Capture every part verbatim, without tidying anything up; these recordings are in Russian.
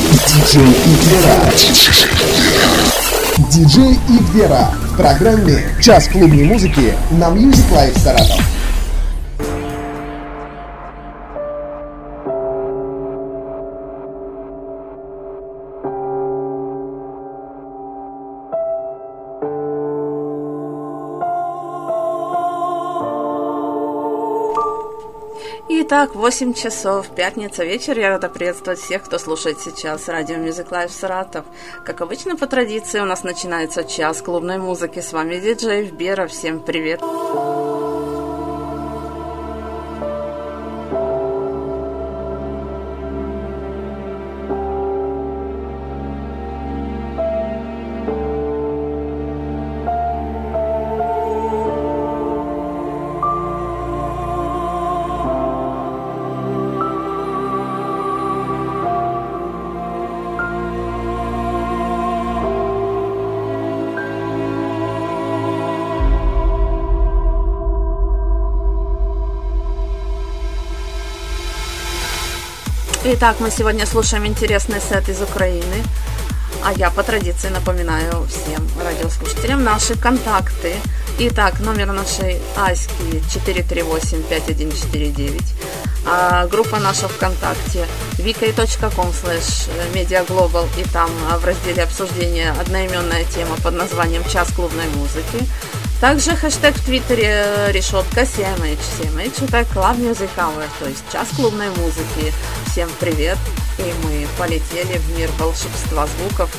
Диджей Игвера. Диджей Игвера в программе «Час клубной музыки» на Music Live Саратов. Итак, восемь часов, пятница, вечер. Я рада приветствовать всех, кто слушает сейчас радио Music Live Саратов. Как обычно, по традиции, у нас начинается час клубной музыки. С вами диджей Игвера. Всем привет! Итак, мы сегодня слушаем интересный сет из Украины. А я по традиции напоминаю всем радиослушателям наши контакты. Итак, номер нашей Аськи четыре три восемь пять один четыре девять. А группа наша ВКонтакте ви кей точка ком слэш медиаглобал. И там в разделе обсуждения одноименная тема под названием «Час клубной музыки». Также хэштег в Твиттере решетка си эм эйч. си эм эйч это Club Music Hour, то есть час клубной музыки. Всем привет! И мы полетели в мир волшебства звуков.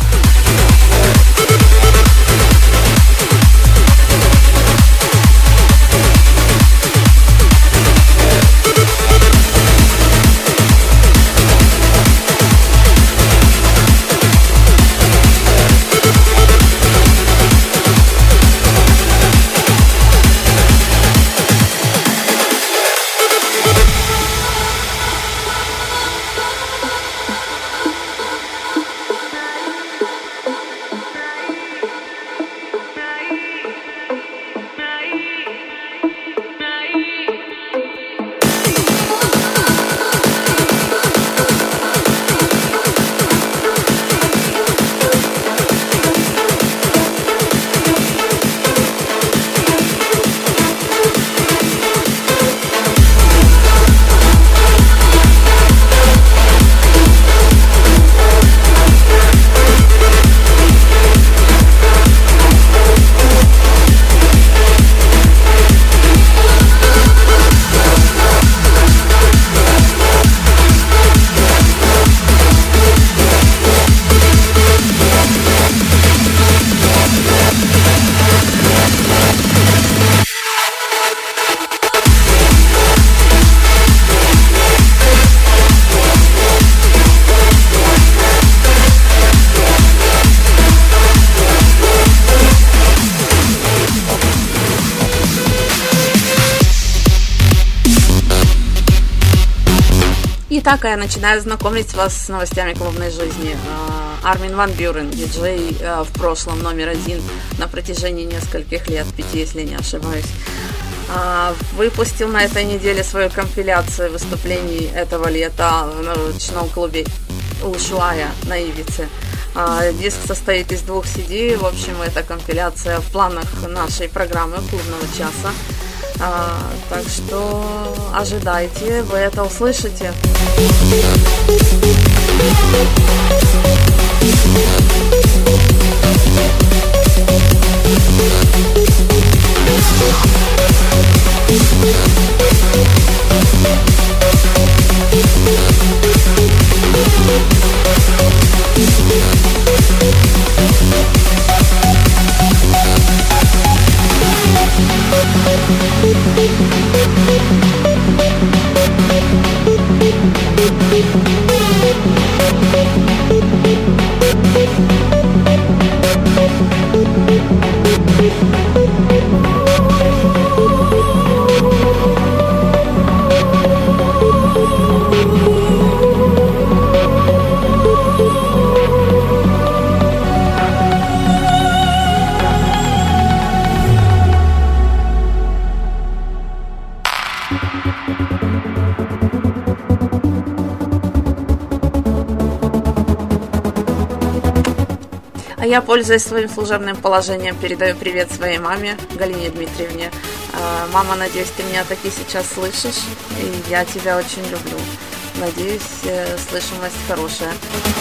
Итак, я начинаю знакомить вас с новостями клубной жизни. Армин ван Бюрен, диджей в прошлом номер один на протяжении нескольких лет, пяти, если не ошибаюсь, выпустил на этой неделе свою компиляцию выступлений этого лета в ночном клубе Ушуая на Ибице. Диск состоит из двух си ди. В общем, это компиляция в планах нашей программы клубного часа. А, так что ожидайте, вы это услышите. А я, пользуясь своим служебным положением, передаю привет своей маме, Галине Дмитриевне. Мама, надеюсь, ты меня таки сейчас слышишь, и я тебя очень люблю. Надеюсь, слышимость хорошая.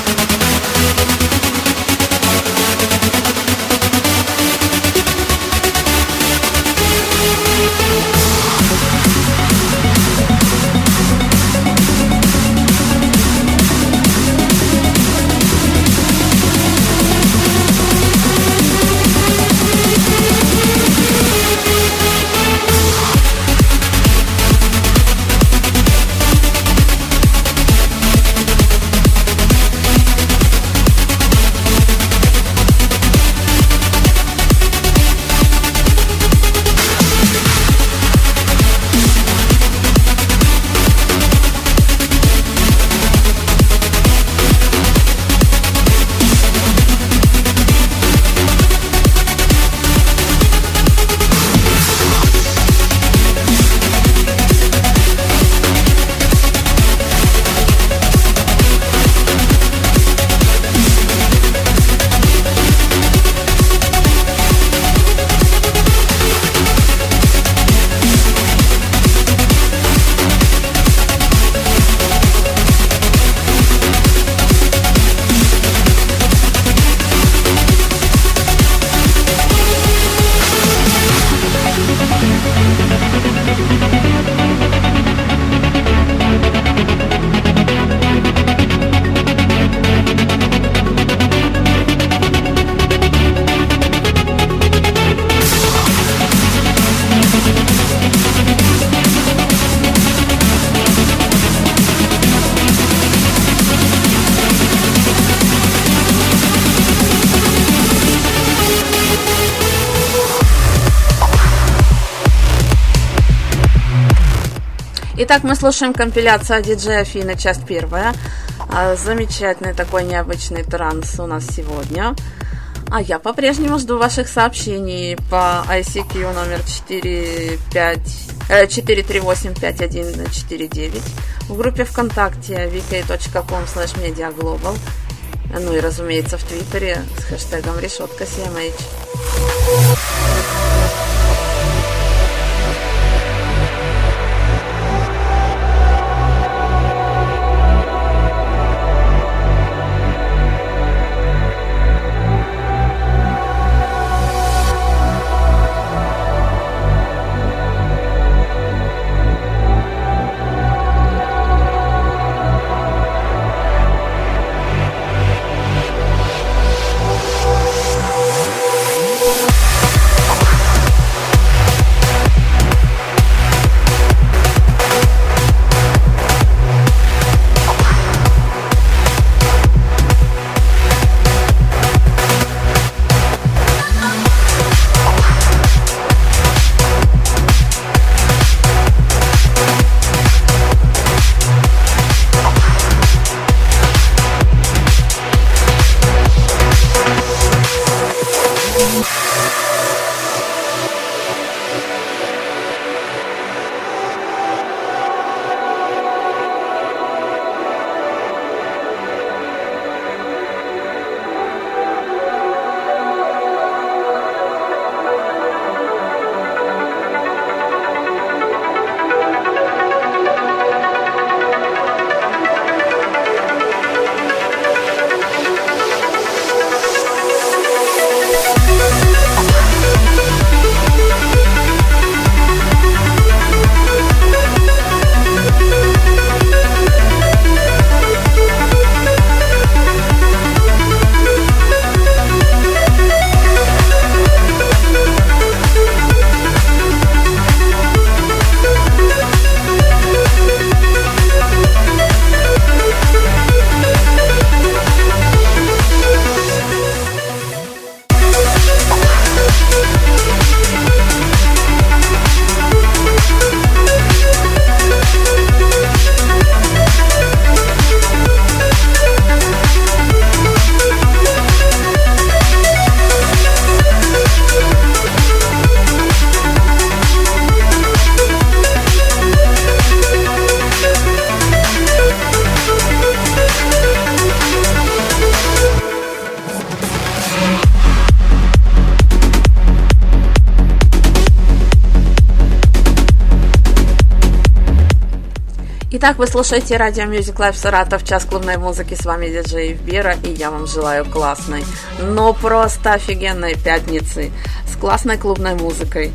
Итак, мы слушаем компиляцию диджея Афины, часть первая. Замечательный такой необычный транс у нас сегодня. А я по-прежнему жду ваших сообщений по ай си кью номер четыре три восемь пять один четыре девять, в группе ВКонтакте ви кей точка ком слэш медиаглобал, ну и, разумеется, в Твиттере с хэштегом решетка си эм эйч. Итак, вы слушаете радио Music Live Саратов, час клубной музыки, с вами диджей Вера, и я вам желаю классной, но просто офигенной пятницы с классной клубной музыкой.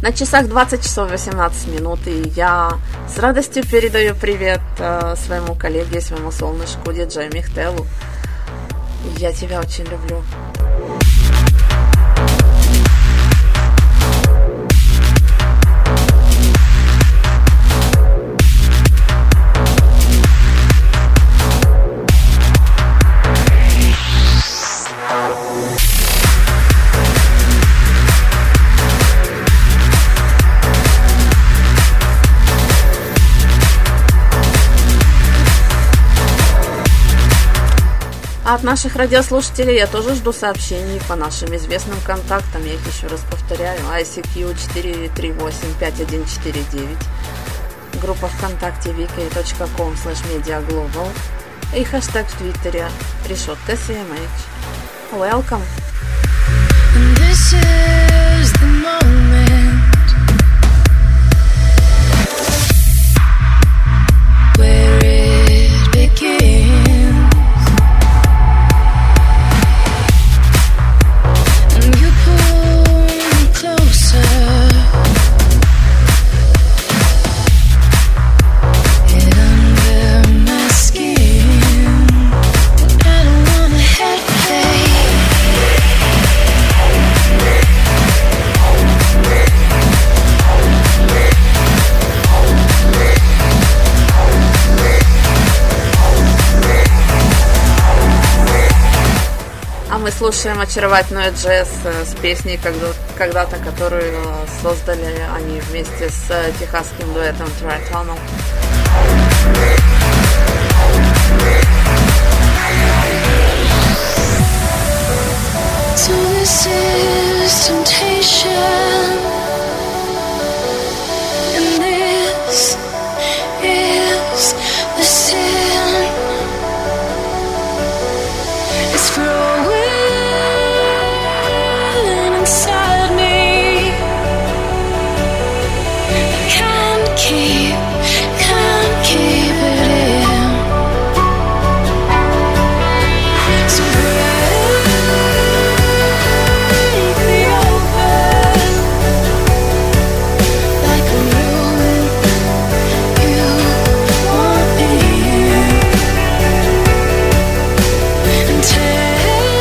На часах двадцать часов восемнадцать минут, и я с радостью передаю привет э, своему коллеге, своему солнышку, диджею Михтелу. Я тебя очень люблю. А от наших радиослушателей я тоже жду сообщений по нашим известным контактам. Я их еще раз повторяю. ай си кью четыре три восемь пять один четыре девять. Группа ВКонтакте ви кей точка ком слэш медиаглобал. И хэштег в Твиттере решетка си эм эйч. Welcome! This is the moment where it begins. Мы слушаем очаровательную джаз с песней, когда-то, которую создали они вместе с техасским дуэтом Tri-Tunnel. So this is temptation, and this is the sin. It's growing inside me. I can't keep, can't keep it in. So break me open like a room you want me in, and take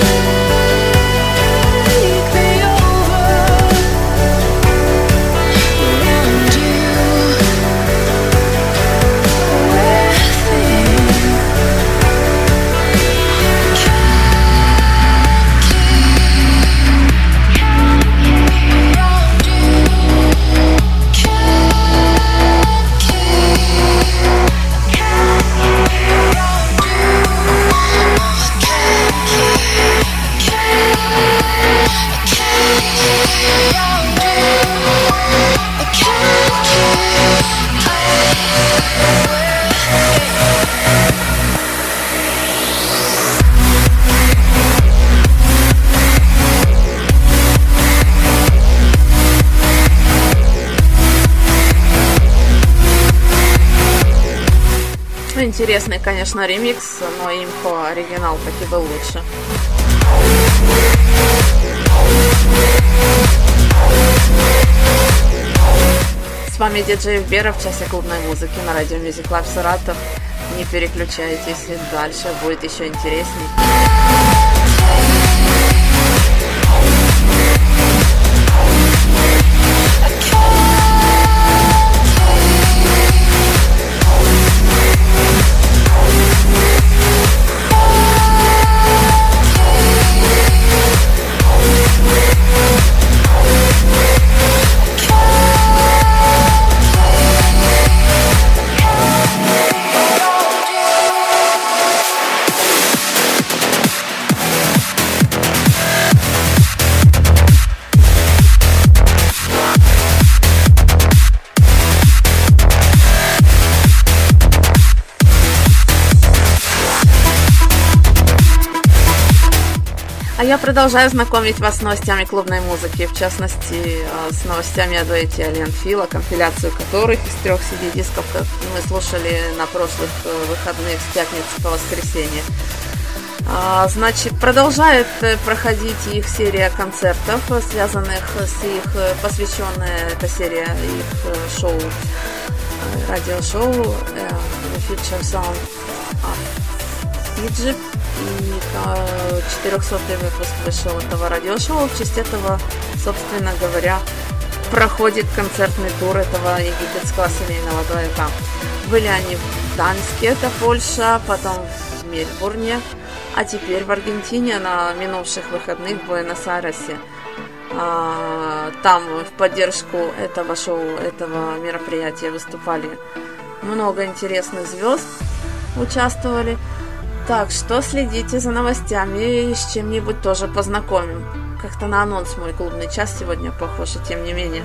Интересный, конечно, ремикс, но имхо оригинал таки был лучше. С вами диджей Вера в часе клубной музыки на радио Music Live Саратов. Не переключайтесь, дальше будет еще интересней. А я продолжаю знакомить вас с новостями клубной музыки, в частности, с новостями о дуэте Alien Fila, компиляцию которых из трех си ди-дисков мы слушали на прошлых выходных с пятницы по воскресенье. А, значит, продолжает проходить их серия концертов, связанных с их, посвященная эта серия их шоу, радиошоу The Future Sound of Egypt. И четырехсотый выпуск вышел этого радиошоу. В честь этого, собственно говоря, проходит концертный тур этого египетского семейного дуэта. Были они в Гданьске, это Польша, потом в Мельбурне, а теперь в Аргентине на минувших выходных в Буэнос-Айресе. Там в поддержку этого шоу, этого мероприятия выступали много интересных звезд, участвовали. Так что следите за новостями и с чем-нибудь тоже познакомим. Как-то на анонс мой клубный час сегодня похож, и тем не менее.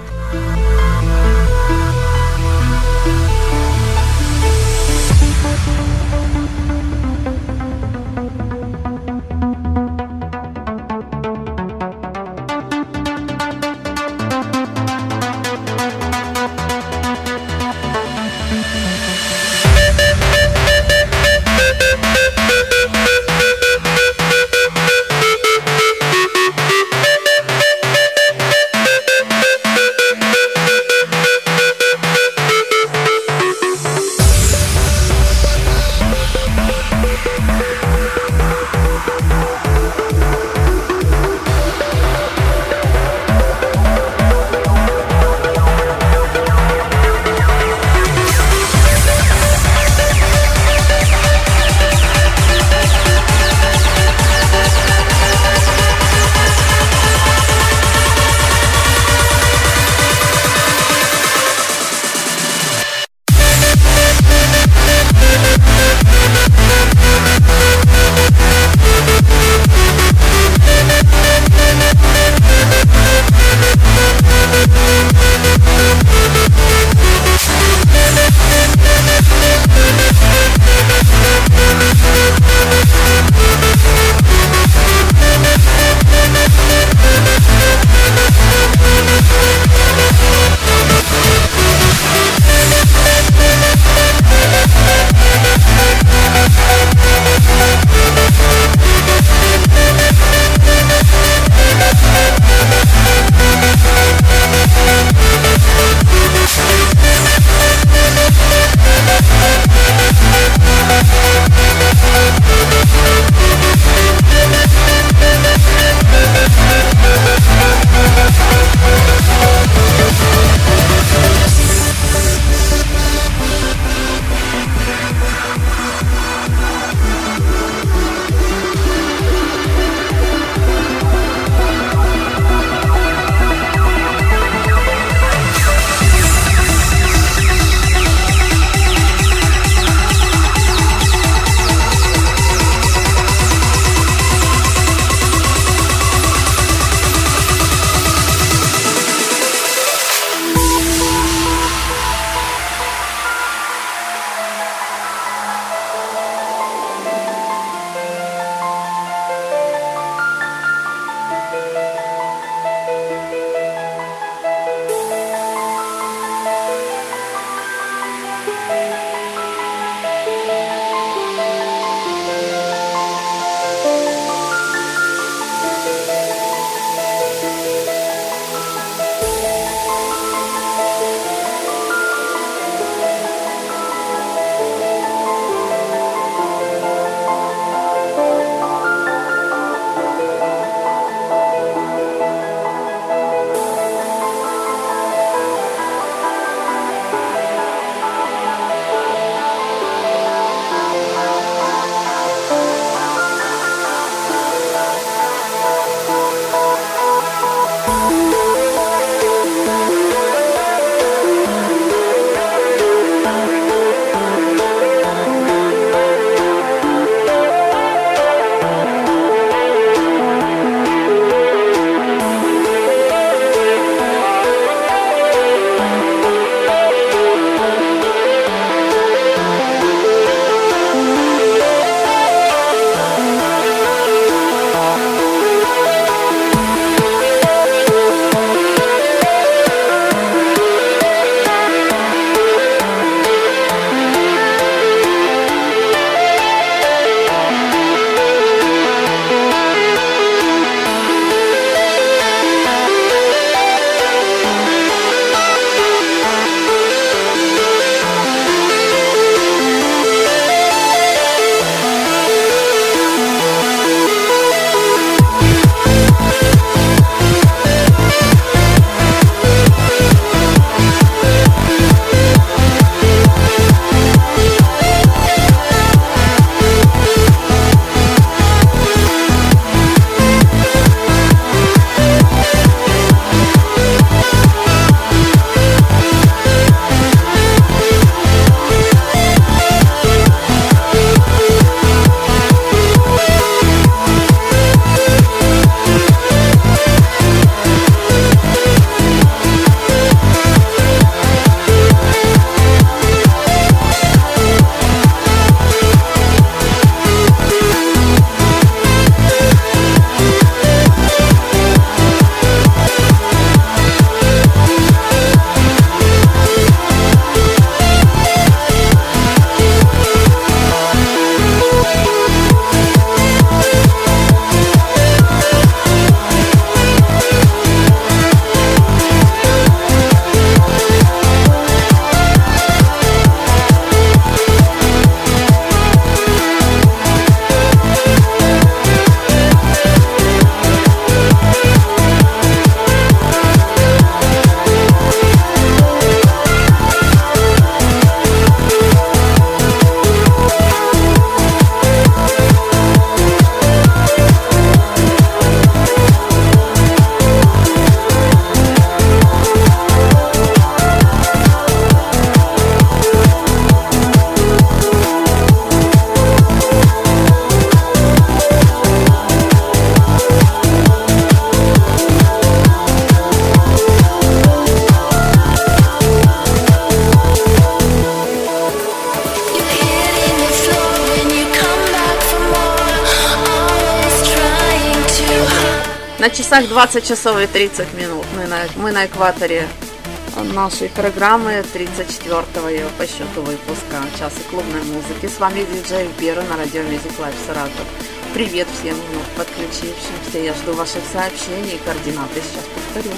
На часах двадцать часов и тридцать минут. Мы на, мы на экваторе нашей программы тридцать четвёртого ее по счету выпуска «Часа клубной музыки». С вами диджей Бера на радио Music Life Саратов. Привет всем вновь подключившимся. Я жду ваших сообщений. Координаты сейчас повторю.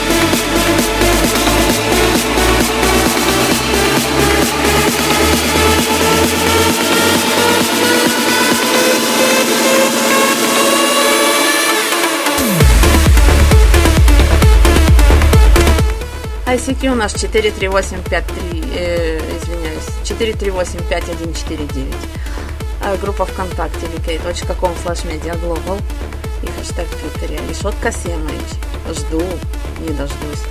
ай си кью наш четыре три восемь пять три, э, извиняюсь, четыре три восемь пять один четыре девять. А группа ВКонтакте ви кей точка ком слэш медиаглобал и хэштег в Твиттере Алишот Касемович. Жду, не дождусь.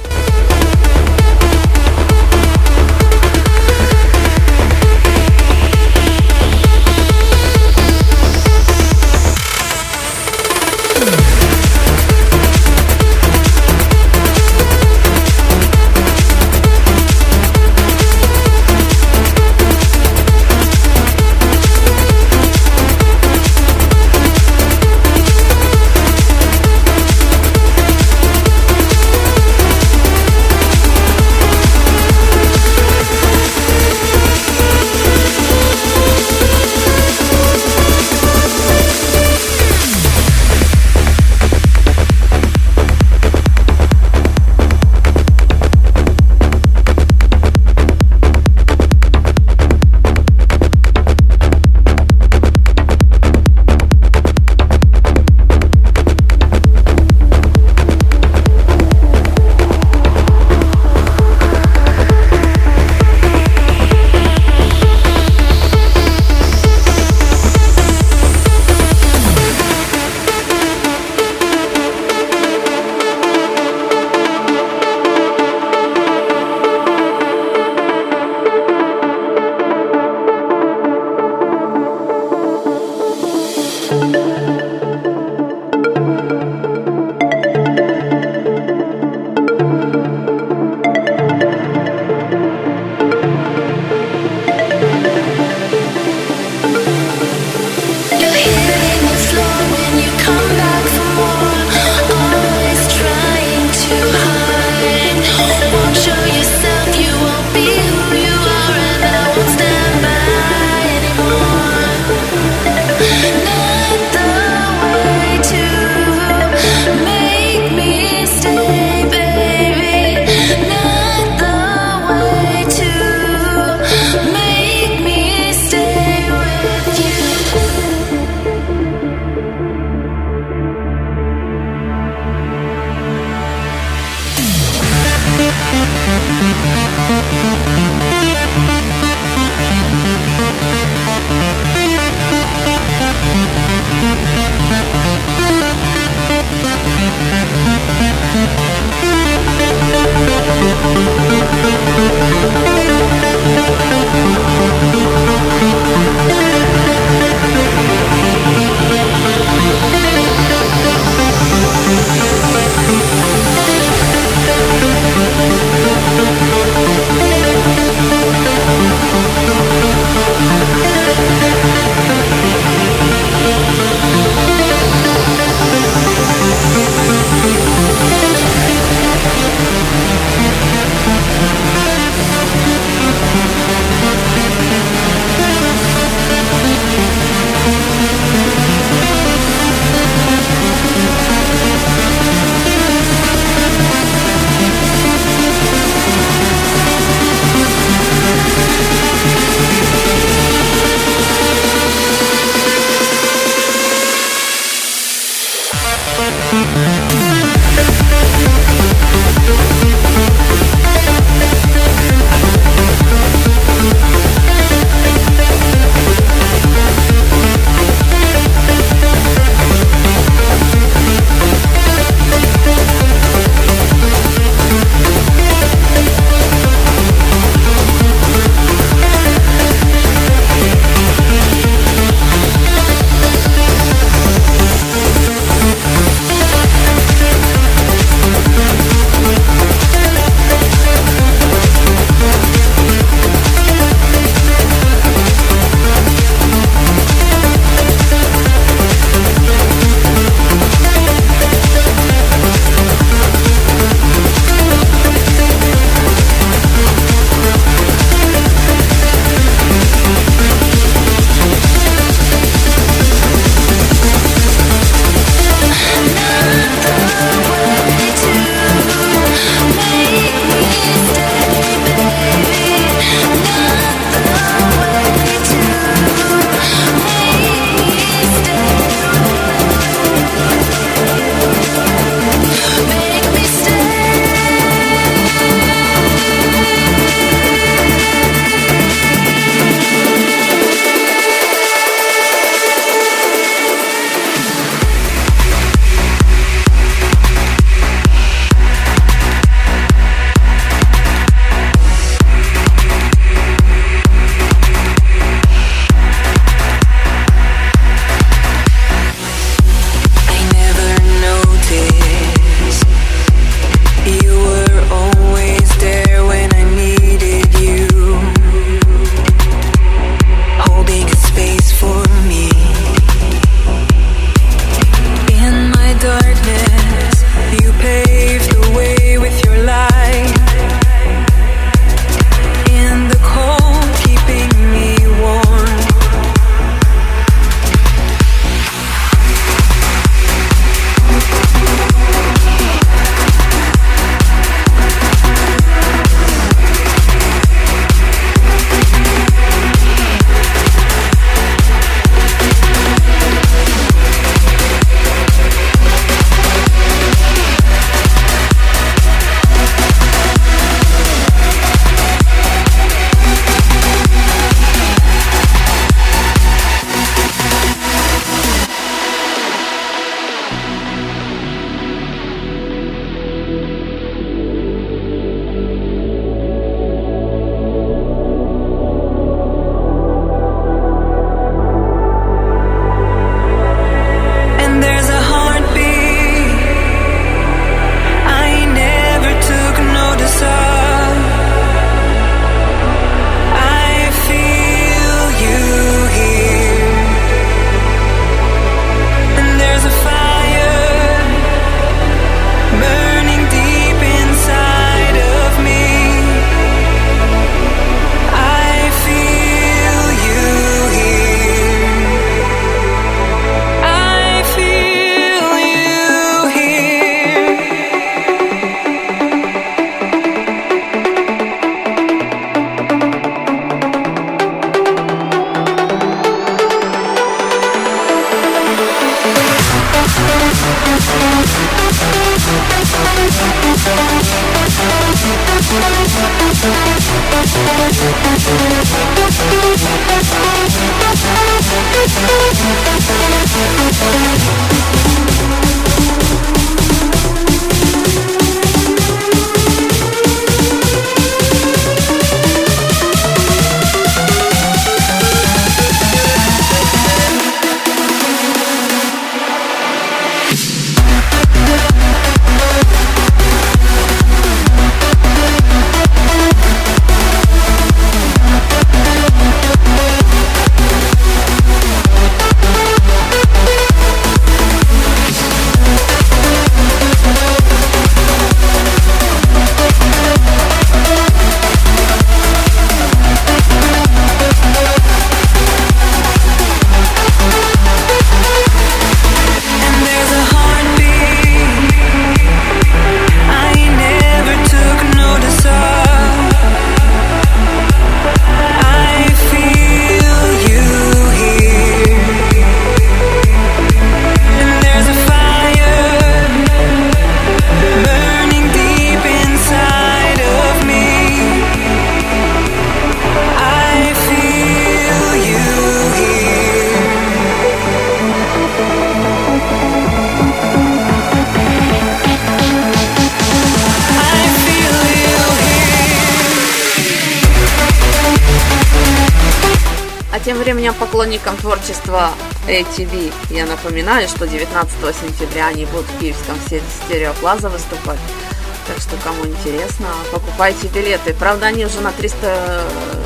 Тем временем поклонникам творчества эй ти ви я напоминаю, что девятнадцатого сентября они будут в Киевском Стереоплаза выступать. Так что, кому интересно, покупайте билеты. Правда, они уже на триста,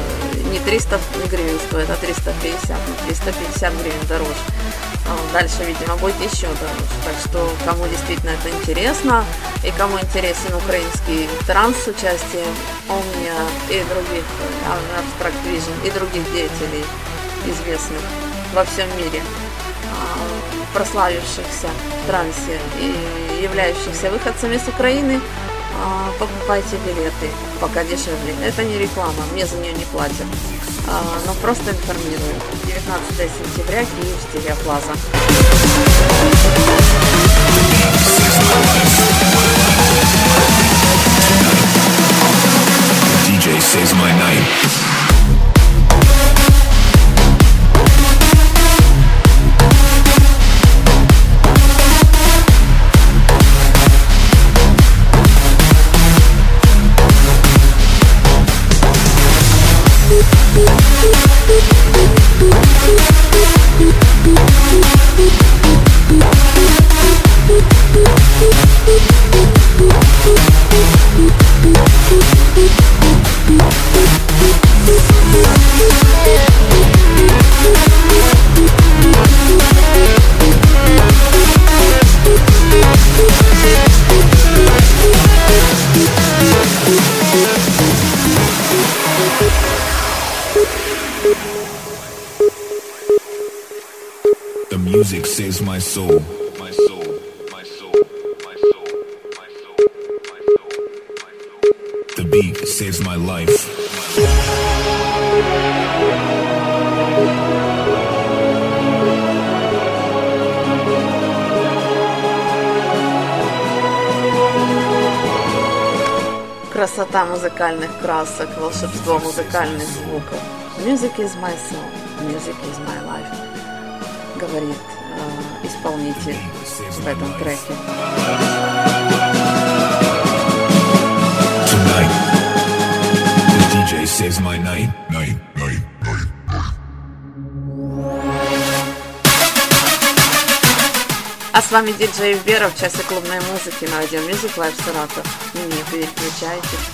не триста гривен стоят, а триста пятьдесят, триста пятьдесят гривен дороже. Дальше, видимо, будет еще дороже. Так что, кому действительно это интересно, и кому интересен украинский транс с участием Omnia и других, Abstract Vision и других деятелей, известных во всем мире, прославившихся в трансе и являющихся выходцами с Украины, покупайте билеты, пока дешевле. Это не реклама, мне за нее не платят, но просто информирую. девятнадцатого сентября, Киев, Стереоплаза. ди джей saves my night. The music saves my soul. My soul, my soul, my soul, my soul, my soul, my soul. The beat saves my life. Красота музыкальных красок, волшебство музыкальных звуков. Music is my soul, music is my life, говорит э, исполнитель в этом треке. Tonight, the ди джей saves my night, night, night, night, night. А с вами диджей Вера в часе клубной музыки на радио Music Live Саратов. Не переключайтесь.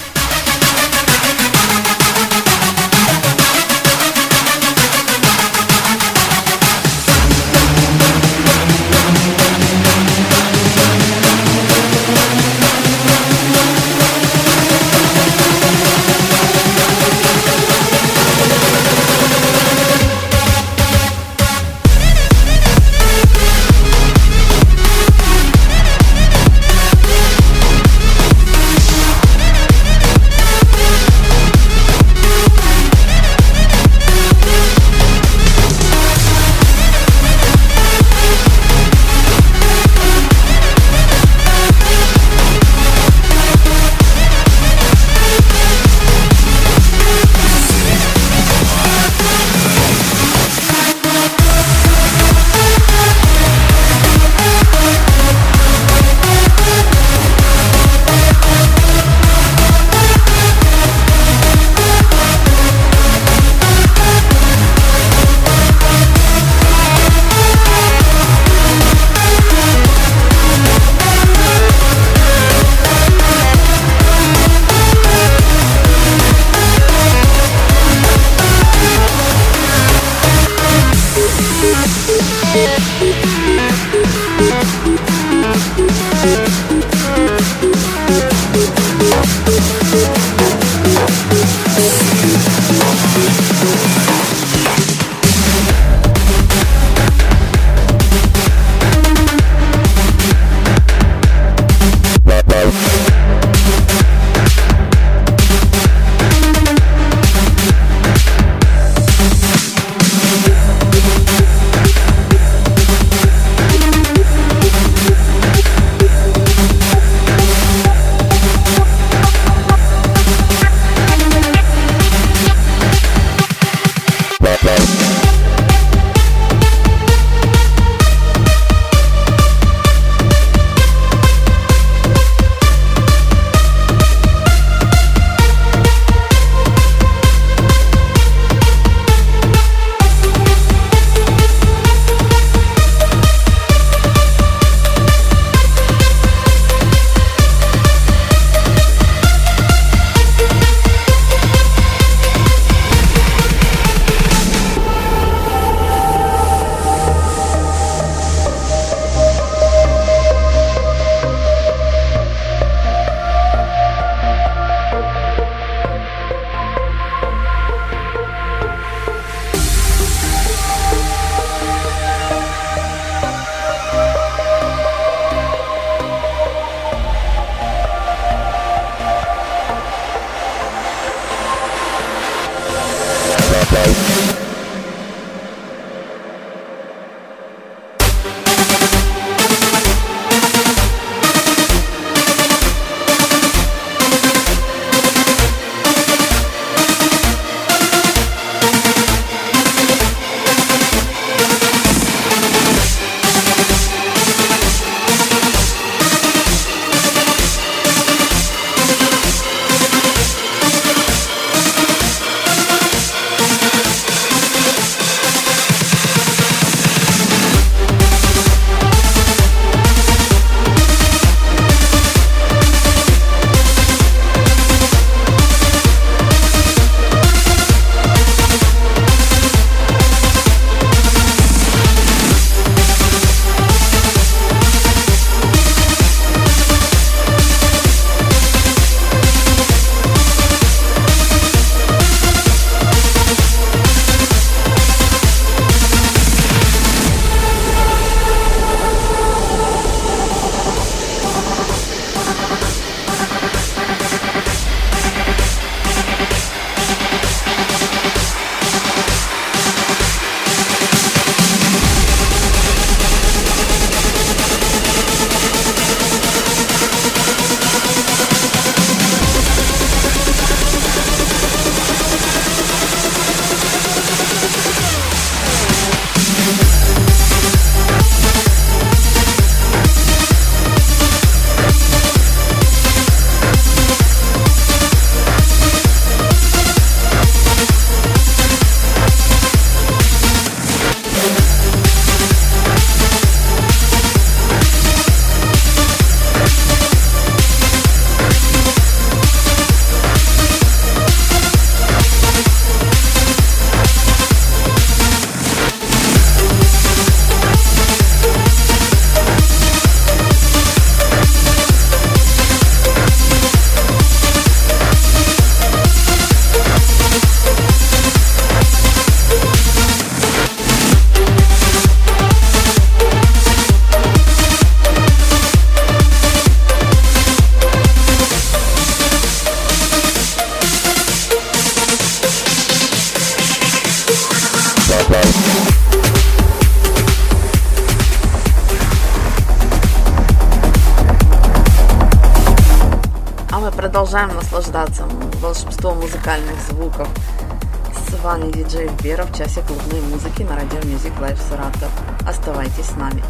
продолжаем наслаждаться волшебством музыкальных звуков. С вами диджей Вера в часе клубной музыки на радио Music Live Саратов. Оставайтесь с нами.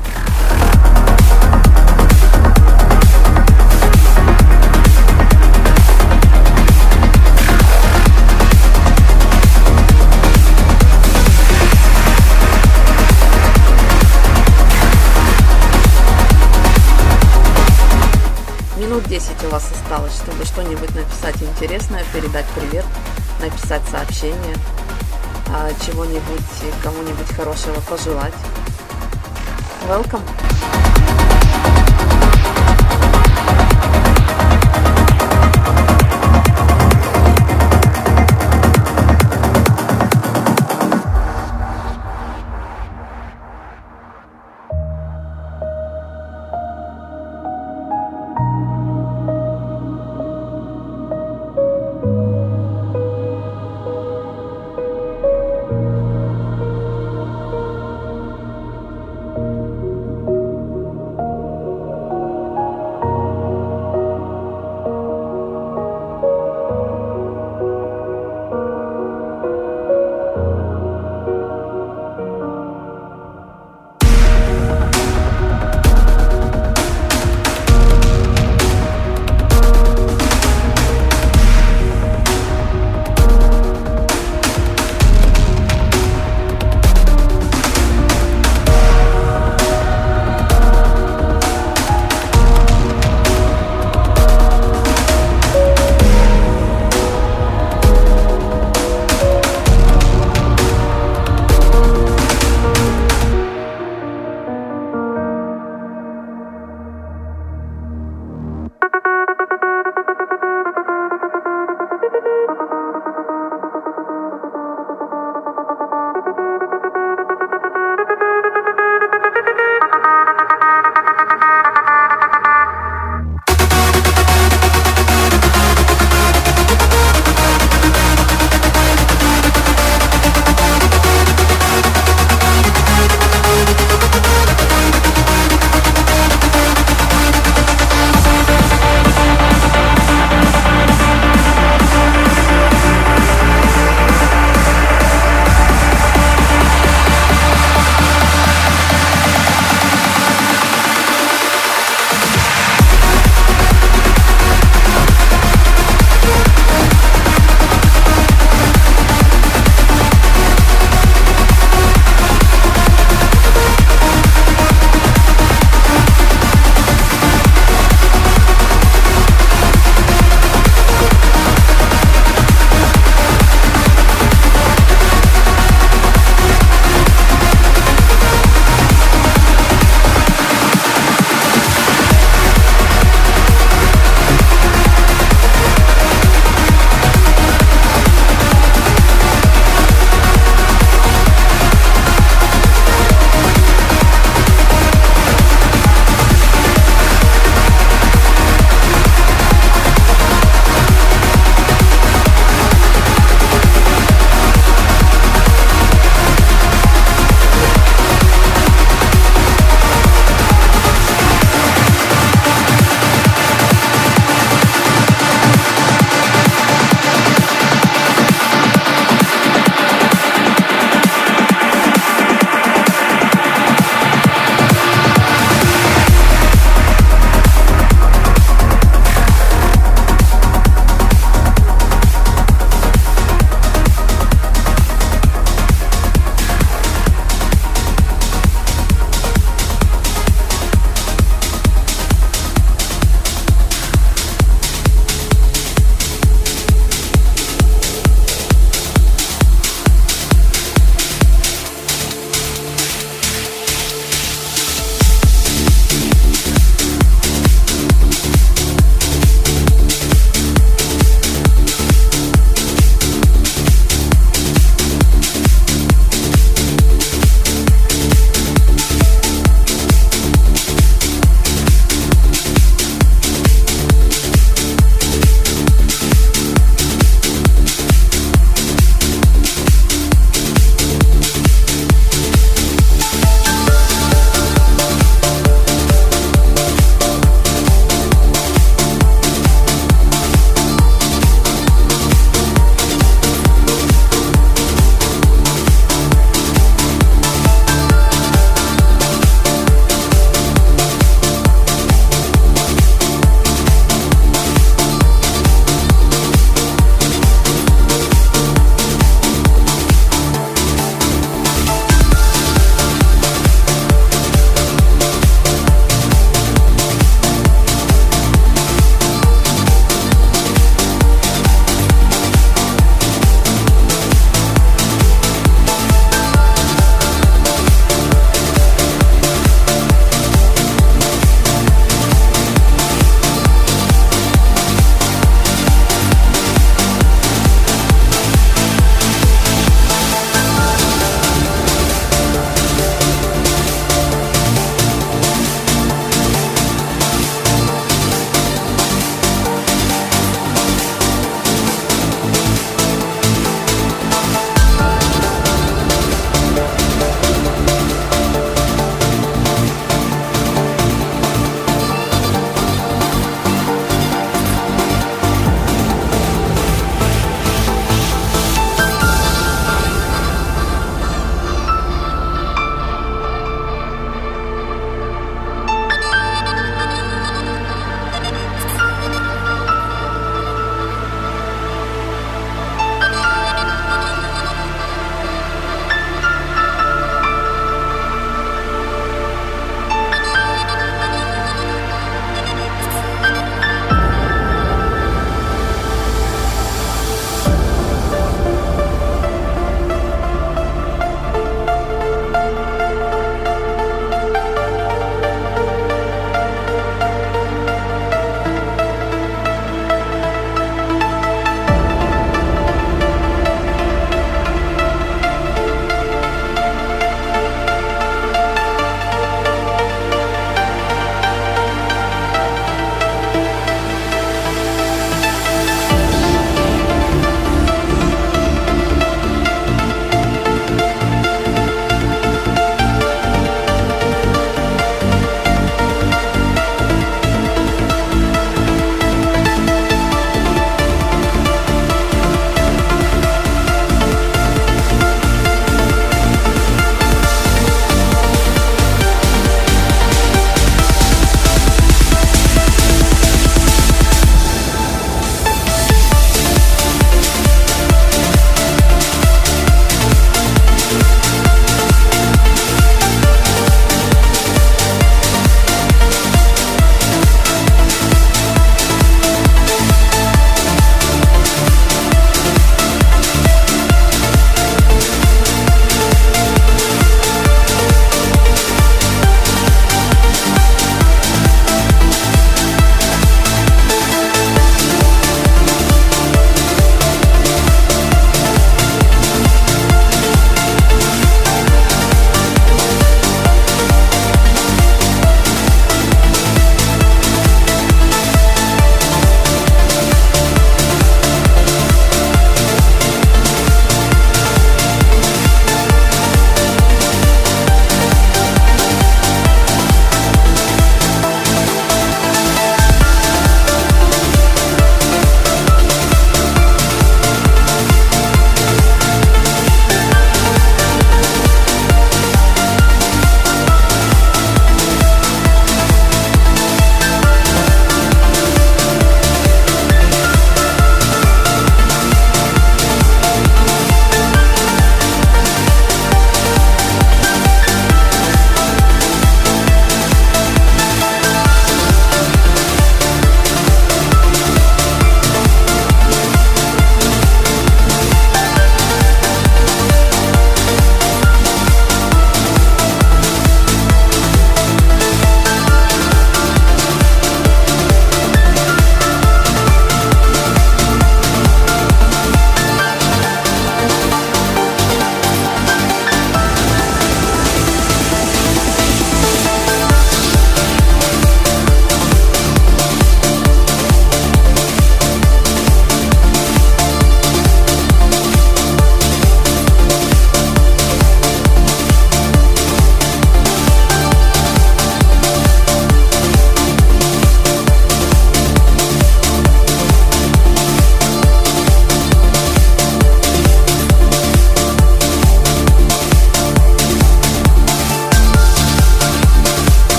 Минут десять у вас осталось, чтобы что-нибудь написать интересное, передать привет, написать сообщение, чего-нибудь, кому-нибудь хорошего пожелать. Welcome!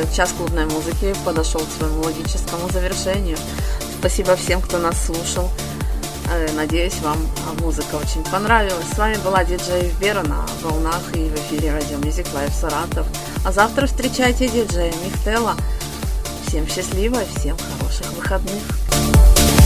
час клубной музыки подошел к своему логическому завершению. Спасибо всем, кто нас слушал. Надеюсь, вам музыка очень понравилась. С вами была диджей Вера на волнах и в эфире Radio Music Live Саратов. А завтра встречайте диджея Михтела. Всем счастливо и всем хороших выходных.